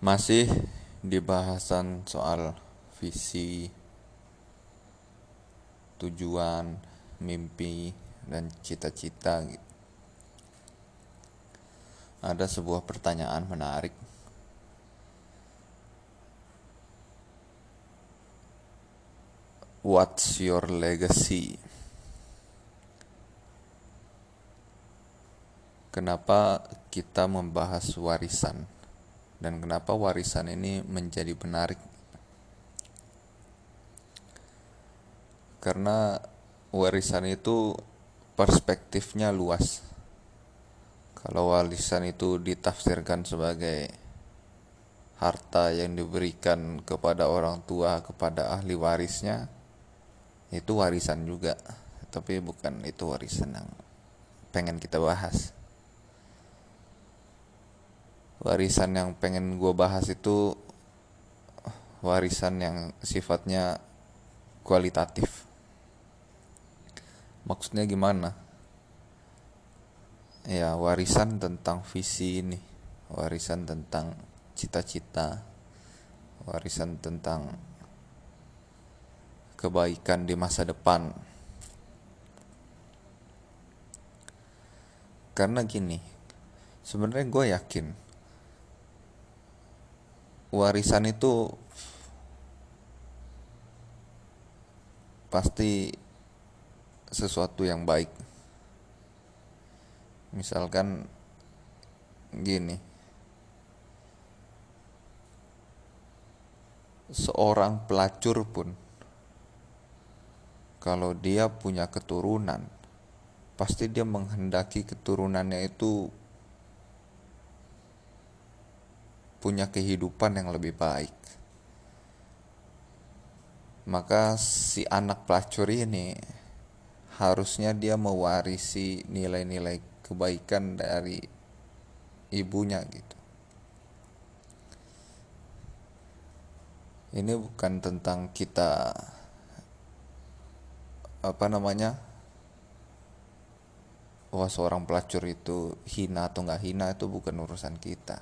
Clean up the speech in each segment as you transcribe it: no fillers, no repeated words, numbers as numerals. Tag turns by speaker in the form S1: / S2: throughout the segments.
S1: Masih di bahasan soal visi, tujuan, mimpi, dan cita-cita gitu. Ada sebuah pertanyaan menarik. What's your legacy? Kenapa kita membahas warisan? Dan kenapa warisan ini menjadi menarik? Karena warisan itu perspektifnya luas. Kalau warisan itu ditafsirkan sebagai harta yang diberikan kepada orang tua, kepada ahli warisnya, itu warisan juga. Tapi bukan itu warisan yang pengen kita bahas. Warisan yang pengen gue bahas itu warisan yang sifatnya kualitatif. Maksudnya gimana? Ya, warisan tentang visi ini, warisan tentang cita-cita, warisan tentang kebaikan di masa depan. Karena gini, sebenarnya gue yakin warisan itu pasti sesuatu yang baik. Misalkan gini, seorang pelacur pun kalau dia punya keturunan, pasti dia menghendaki keturunannya itu punya kehidupan yang lebih baik. Maka si anak pelacur ini harusnya dia mewarisi nilai-nilai kebaikan dari ibunya gitu. Ini bukan tentang kita apa namanya, wah seorang pelacur itu hina atau nggak hina, itu bukan urusan kita.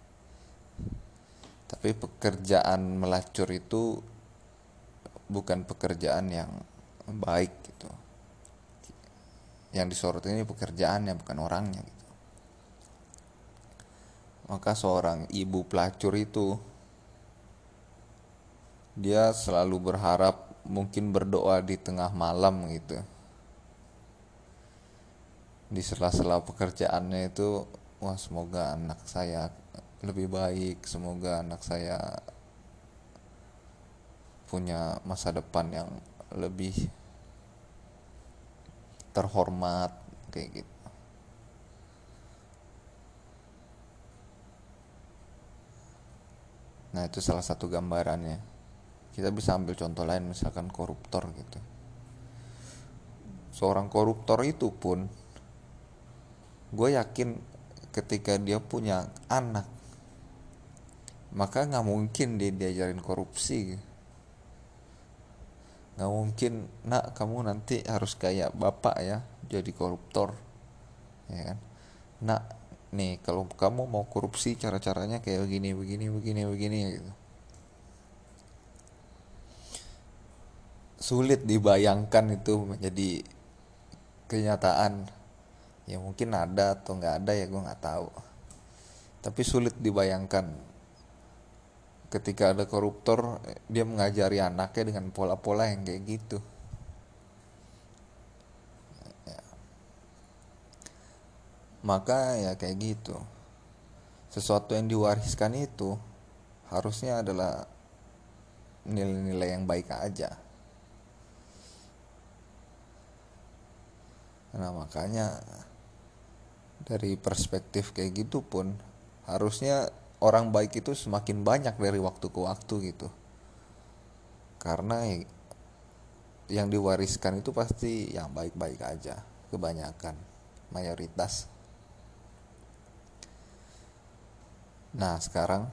S1: Tapi pekerjaan melacur itu bukan pekerjaan yang baik gitu. Yang disorot ini pekerjaannya, bukan orangnya gitu. Maka seorang ibu pelacur itu dia selalu berharap, mungkin berdoa di tengah malam gitu, di sela-sela pekerjaannya itu, wah semoga anak saya lebih baik, semoga anak saya punya masa depan yang lebih terhormat kayak gitu. Nah, itu salah satu gambarannya. Kita bisa ambil contoh lain, misalkan koruptor gitu. Seorang koruptor itu pun, gue yakin ketika dia punya anak, maka nggak mungkin dia diajarin korupsi. Nggak mungkin, nak kamu nanti harus kayak bapak ya, jadi koruptor, ya kan? Nak, nih kalau kamu mau korupsi cara-caranya kayak begini, begini, begini, begini gitu. Sulit dibayangkan itu menjadi kenyataan. Ya mungkin ada atau nggak ada, ya gue nggak tahu. Tapi sulit dibayangkan ketika ada koruptor, dia mengajari anaknya dengan pola-pola yang kayak gitu. Maka ya kayak gitu. Sesuatu yang diwariskan itu harusnya adalah nilai-nilai yang baik aja. Nah makanya dari perspektif kayak gitu pun, harusnya orang baik itu semakin banyak dari waktu ke waktu gitu. Karena yang diwariskan itu pasti yang baik-baik aja, kebanyakan, mayoritas. Nah sekarang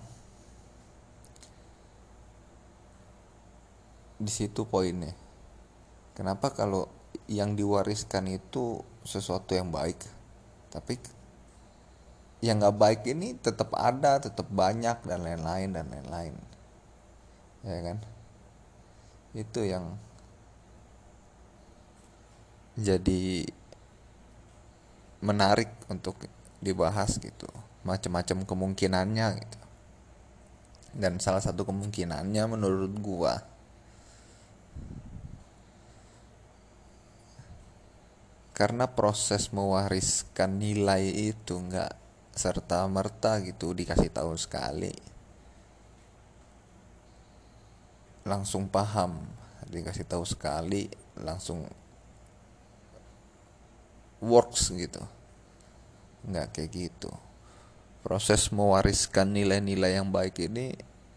S1: di situ poinnya. Kenapa kalau yang diwariskan itu sesuatu yang baik, tapi yang nggak baik ini tetap ada, tetap banyak, dan lain-lain dan lain-lain, ya kan? Itu yang jadi menarik untuk dibahas gitu, macam-macam kemungkinannya gitu. Dan salah satu kemungkinannya menurut gua, karena proses mewariskan nilai itu nggak serta merta gitu dikasih tahu sekali langsung paham, dikasih tahu sekali langsung works gitu, nggak kayak gitu. Proses mewariskan nilai-nilai yang baik ini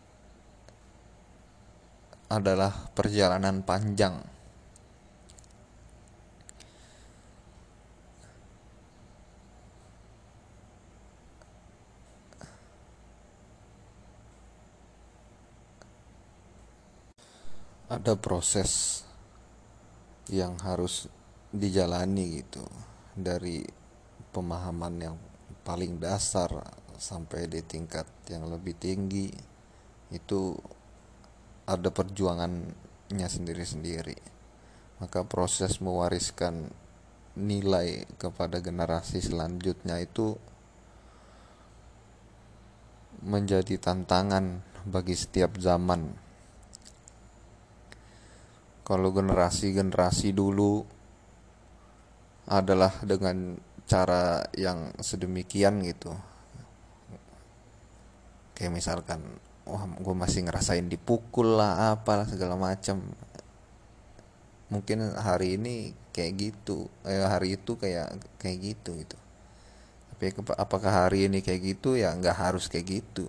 S1: adalah perjalanan panjang. Ada proses yang harus dijalani gitu, dari pemahaman yang paling dasar sampai di tingkat yang lebih tinggi. Itu ada perjuangannya sendiri-sendiri. Maka proses mewariskan nilai kepada generasi selanjutnya itu menjadi tantangan bagi setiap zaman. Kalau generasi-generasi dulu adalah dengan cara yang sedemikian gitu, kayak misalkan, wah gue masih ngerasain dipukul lah apalah segala macam. Mungkin hari ini kayak gitu, hari itu kayak kayak gitu gitu. Tapi apakah hari ini kayak gitu? Ya nggak harus kayak gitu,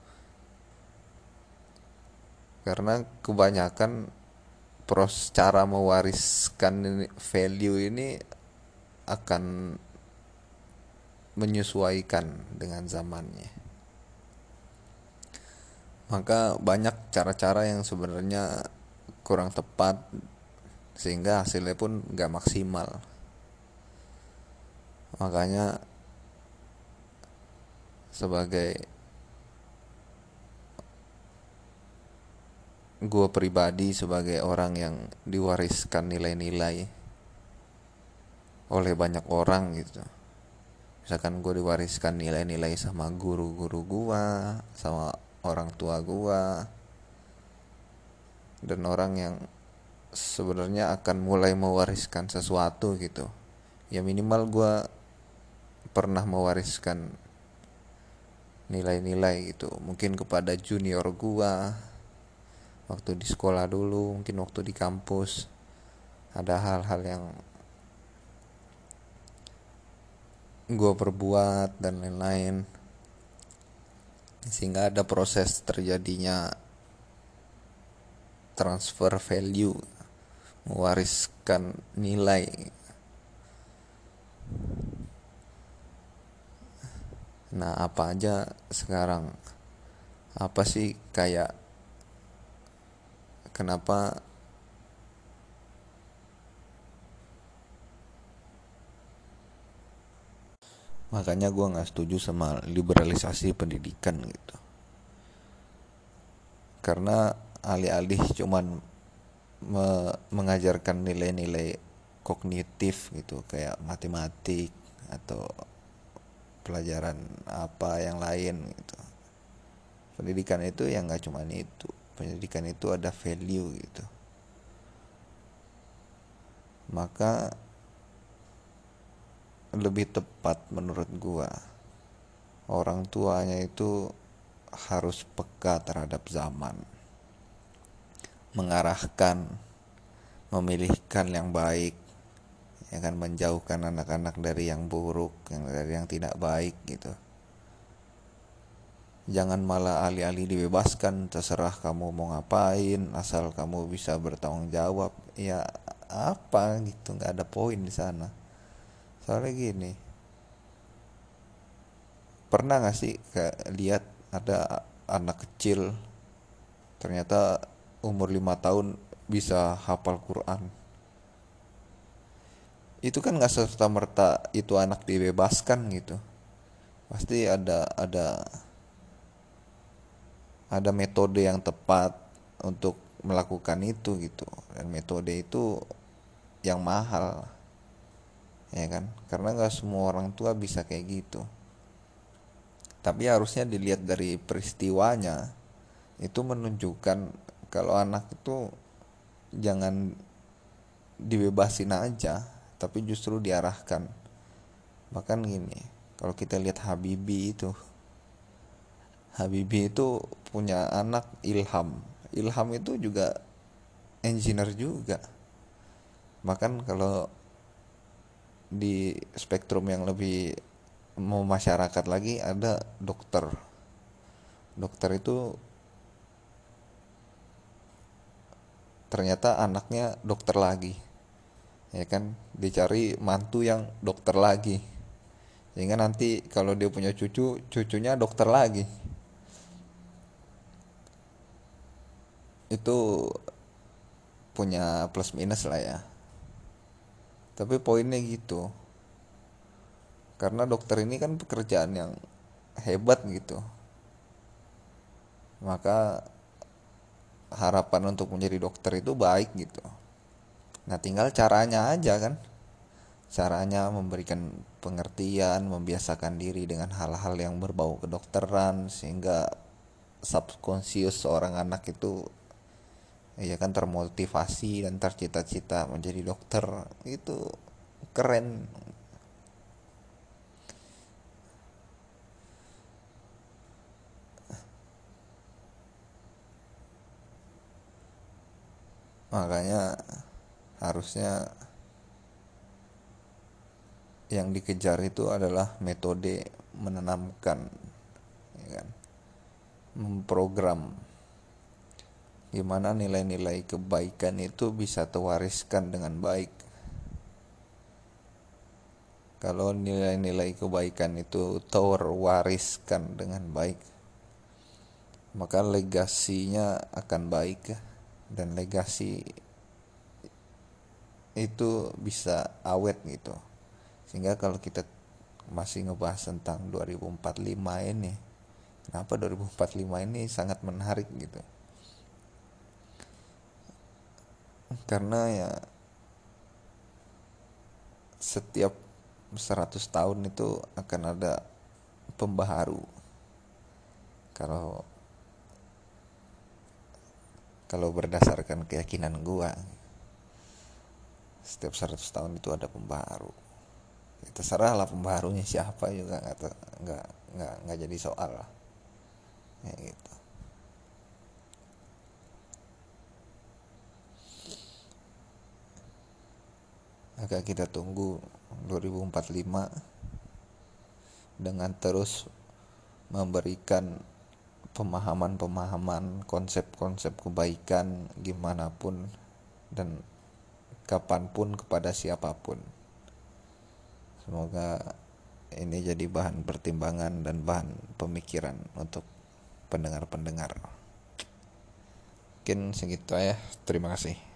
S1: karena kebanyakan cara mewariskan value ini akan menyesuaikan dengan zamannya. Maka banyak cara-cara yang sebenarnya kurang tepat, sehingga hasilnya pun nggak maksimal. Makanya sebagai gue pribadi, sebagai orang yang diwariskan nilai-nilai oleh banyak orang gitu, misalkan gue diwariskan nilai-nilai sama guru-guru gue, sama orang tua gue, dan orang yang sebenarnya akan mulai mewariskan sesuatu gitu, ya minimal gue pernah mewariskan nilai-nilai gitu, mungkin kepada junior gue waktu di sekolah dulu, mungkin waktu di kampus ada hal-hal yang gue perbuat dan lain-lain, sehingga ada proses terjadinya transfer value, mewariskan nilai. Nah, apa aja sekarang, apa sih kayak, kenapa makanya gue nggak setuju sama liberalisasi pendidikan gitu, karena alih-alih cuman mengajarkan nilai-nilai kognitif gitu, kayak matematik atau pelajaran apa yang lain gitu, pendidikan itu yang nggak cuman itu. Pendidikan itu ada value gitu. Maka lebih tepat menurut gua, orang tuanya itu harus peka terhadap zaman, mengarahkan, memilihkan yang baik, ya kan, menjauhkan anak-anak dari yang buruk, dari yang tidak baik gitu. Jangan malah alih-alih dibebaskan, terserah kamu mau ngapain, asal kamu bisa bertanggung jawab. Ya apa gitu, nggak ada poin di sana. Soalnya gini, pernah nggak sih kayak lihat ada anak kecil ternyata umur 5 tahun bisa hafal Quran? Itu kan nggak serta merta itu anak dibebaskan gitu. Pasti ada metode yang tepat untuk melakukan itu gitu, dan metode itu yang mahal, ya kan, karena nggak semua orang tua bisa kayak gitu. Tapi harusnya dilihat dari peristiwanya, itu menunjukkan kalau anak itu jangan dibebasin aja, tapi justru diarahkan. Bahkan gini, kalau kita lihat Habibie itu punya anak Ilham. Ilham itu juga engineer juga. Bahkan kalau di spektrum yang lebih mau masyarakat lagi ada dokter. Dokter itu ternyata anaknya dokter lagi. Ya kan, dicari mantu yang dokter lagi. Sehingga nanti kalau dia punya cucu, cucunya dokter lagi. Itu punya plus minus lah ya. Tapi poinnya gitu. Karena dokter ini kan pekerjaan yang hebat gitu. Maka harapan untuk menjadi dokter itu baik gitu. Nah, tinggal caranya aja kan. Caranya memberikan pengertian, membiasakan diri dengan hal-hal yang berbau kedokteran sehingga subconscious seorang anak itu ya kan termotivasi dan tercita-cita menjadi dokter. Itu keren. Makanya harusnya yang dikejar itu adalah metode menanamkan, ya kan, memprogram gimana nilai-nilai kebaikan itu bisa terwariskan dengan baik. Kalau nilai-nilai kebaikan itu terwariskan dengan baik, maka legasinya akan baik ya. Dan legasi itu bisa awet gitu. Sehingga kalau kita masih ngebahas tentang 2045 ini, kenapa 2045 ini sangat menarik gitu. Karena ya setiap 100 tahun itu akan ada pembaharu. Kalau kalau berdasarkan keyakinan gua, setiap 100 tahun itu ada pembaharu. Ya, terserah lah pembaharunya siapa juga nggak nggak jadi soal lah. Ya gitu. Maka kita tunggu 2045 dengan terus memberikan pemahaman-pemahaman, konsep-konsep kebaikan gimana pun dan kapanpun kepada siapapun. Semoga ini jadi bahan pertimbangan dan bahan pemikiran untuk pendengar-pendengar. Mungkin segitu ya. Terima kasih.